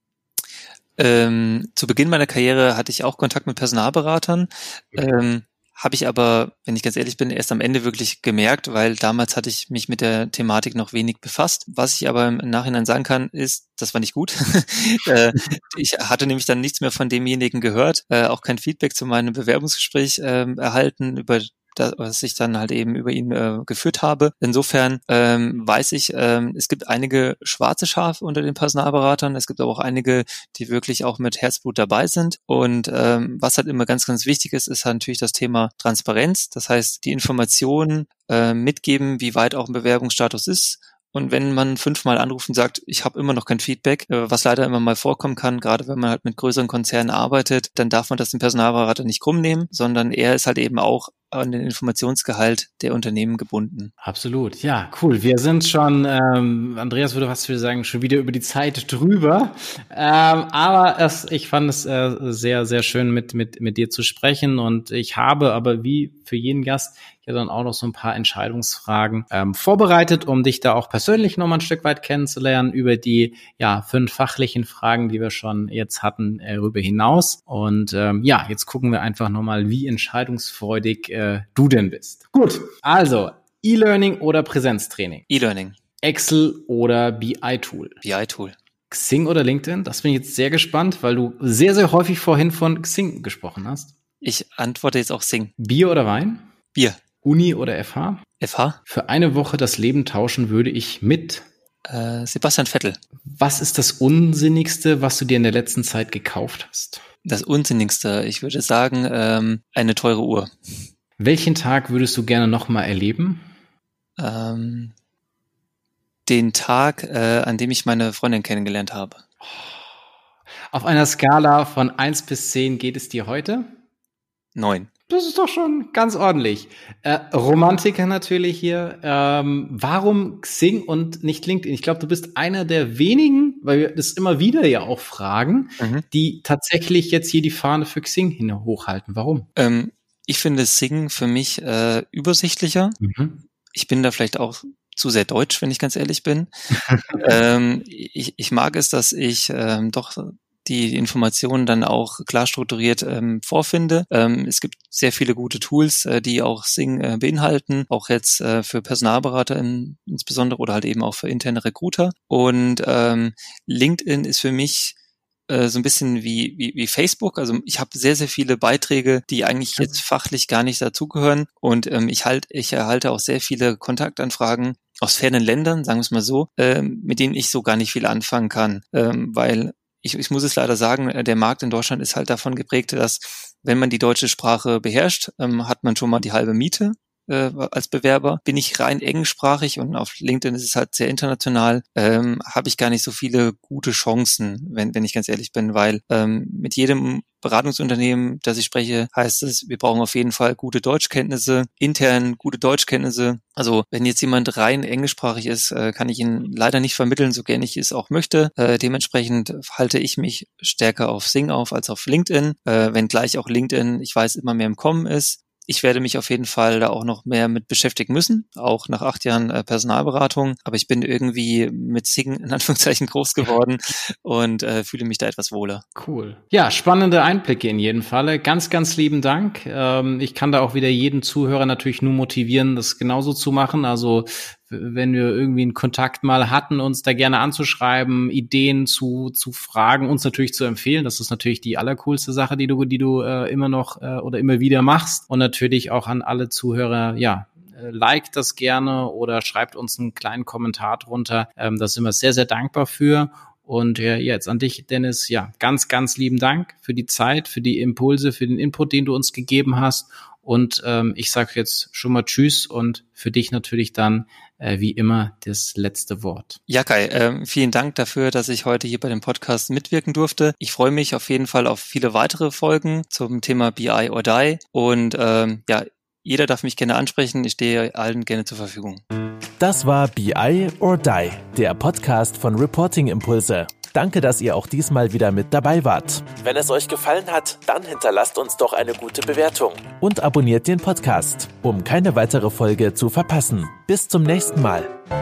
Ähm, zu Beginn meiner Karriere hatte ich auch Kontakt mit Personalberatern, okay. ähm, habe ich aber, wenn ich ganz ehrlich bin, erst am Ende wirklich gemerkt, weil damals hatte ich mich mit der Thematik noch wenig befasst. Was ich aber im Nachhinein sagen kann, ist, das war nicht gut. äh, ich hatte nämlich dann nichts mehr von demjenigen gehört, äh, auch kein Feedback zu meinem Bewerbungsgespräch äh, erhalten, über das, was ich dann halt eben über ihn äh, geführt habe. Insofern ähm, weiß ich, ähm, es gibt einige schwarze Schafe unter den Personalberatern, es gibt aber auch einige, die wirklich auch mit Herzblut dabei sind. Und ähm, was halt immer ganz, ganz wichtig ist, ist halt natürlich das Thema Transparenz. Das heißt, die Informationen äh, mitgeben, wie weit auch ein Bewerbungsstatus ist. Und wenn man fünfmal anruft und sagt, ich habe immer noch kein Feedback, was leider immer mal vorkommen kann, gerade wenn man halt mit größeren Konzernen arbeitet, dann darf man das dem Personalberater nicht krumm nehmen, sondern er ist halt eben auch an den Informationsgehalt der Unternehmen gebunden. Absolut, ja, cool. Wir sind schon, ähm, Andreas würde fast sagen, schon wieder über die Zeit drüber. Ähm, aber es, ich fand es äh, sehr, sehr schön, mit mit mit dir zu sprechen. Und ich habe aber wie für jeden Gast ja dann auch noch so ein paar Entscheidungsfragen ähm, vorbereitet, um dich da auch persönlich noch mal ein Stück weit kennenzulernen über die ja fünf fachlichen Fragen, die wir schon jetzt hatten, äh, darüber hinaus. Und ähm, ja, jetzt gucken wir einfach noch mal, wie entscheidungsfreudig äh, du denn bist. Gut, also E-Learning oder Präsenztraining? E-Learning. Excel oder B I-Tool? B I-Tool. Xing oder LinkedIn? Das bin ich jetzt sehr gespannt, weil du sehr, sehr häufig vorhin von Xing gesprochen hast. Ich antworte jetzt auch Xing. Bier oder Wein? Bier. Uni oder F H? F H. Für eine Woche das Leben tauschen würde ich mit? Äh, Sebastian Vettel. Was ist das Unsinnigste, was du dir in der letzten Zeit gekauft hast? Das Unsinnigste, ich würde sagen, ähm, eine teure Uhr. Welchen Tag würdest du gerne nochmal erleben? Ähm, den Tag, äh, an dem ich meine Freundin kennengelernt habe. Auf einer Skala von eins bis zehn geht es dir heute? Neun. Das ist doch schon ganz ordentlich. Äh, Romantiker natürlich hier. Ähm, warum Xing und nicht LinkedIn? Ich glaube, du bist einer der wenigen, weil wir das immer wieder ja auch fragen, mhm. die tatsächlich jetzt hier die Fahne für Xing hin hochhalten. Warum? Ähm, ich finde Xing für mich äh, übersichtlicher. Mhm. Ich bin da vielleicht auch zu sehr deutsch, wenn ich ganz ehrlich bin. ähm, ich, ich mag es, dass ich ähm, doch die Informationen dann auch klar strukturiert ähm, vorfinde. Ähm, es gibt sehr viele gute Tools, äh, die auch Xing äh, beinhalten, auch jetzt äh, für Personalberater in, insbesondere oder halt eben auch für interne Recruiter. Und ähm, LinkedIn ist für mich äh, so ein bisschen wie, wie, wie Facebook. Also ich habe sehr, sehr viele Beiträge, die eigentlich jetzt fachlich gar nicht dazugehören. Und ähm, ich halt, ich erhalte auch sehr viele Kontaktanfragen aus fernen Ländern, sagen wir es mal so, ähm, mit denen ich so gar nicht viel anfangen kann, ähm, weil Ich, ich muss es leider sagen, der Markt in Deutschland ist halt davon geprägt, dass wenn man die deutsche Sprache beherrscht, ähm, hat man schon mal die halbe Miete äh, als Bewerber. Bin ich rein englischsprachig und auf LinkedIn ist es halt sehr international, ähm, habe ich gar nicht so viele gute Chancen, wenn, wenn ich ganz ehrlich bin, weil ähm, mit jedem Beratungsunternehmen, das ich spreche, heißt es, wir brauchen auf jeden Fall gute Deutschkenntnisse, intern gute Deutschkenntnisse. Also wenn jetzt jemand rein englischsprachig ist, kann ich ihn leider nicht vermitteln, so gerne ich es auch möchte. Äh, dementsprechend halte ich mich stärker auf Xing auf als auf LinkedIn, äh, wenngleich auch LinkedIn, ich weiß, immer mehr im Kommen ist. Ich werde mich auf jeden Fall da auch noch mehr mit beschäftigen müssen, auch nach acht Jahren äh, Personalberatung. Aber ich bin irgendwie mit Xing in Anführungszeichen groß geworden und äh, fühle mich da etwas wohler. Cool. Ja, spannende Einblicke in jedem Falle. Ganz, ganz lieben Dank. Ähm, ich kann da auch wieder jeden Zuhörer natürlich nur motivieren, das genauso zu machen. Also wenn wir irgendwie einen Kontakt mal hatten, uns da gerne anzuschreiben, Ideen zu zu fragen, uns natürlich zu empfehlen. Das ist natürlich die allercoolste Sache, die du die du äh, immer noch äh, oder immer wieder machst. Und natürlich auch an alle Zuhörer, ja, äh, liked das gerne oder schreibt uns einen kleinen Kommentar drunter. Ähm, da sind wir sehr, sehr dankbar für. Und ja, jetzt an dich, Dennis, ja, ganz, ganz lieben Dank für die Zeit, für die Impulse, für den Input, den du uns gegeben hast. Und ähm, ich sage jetzt schon mal Tschüss und für dich natürlich dann äh, wie immer das letzte Wort. Ja, Kai, äh, vielen Dank dafür, dass ich heute hier bei dem Podcast mitwirken durfte. Ich freue mich auf jeden Fall auf viele weitere Folgen zum Thema B I or Die. Und ähm, ja, jeder darf mich gerne ansprechen. Ich stehe allen gerne zur Verfügung. Das war B I or Die, der Podcast von Reporting Impulse. Danke, dass ihr auch diesmal wieder mit dabei wart. Wenn es euch gefallen hat, dann hinterlasst uns doch eine gute Bewertung. Und abonniert den Podcast, um keine weitere Folge zu verpassen. Bis zum nächsten Mal.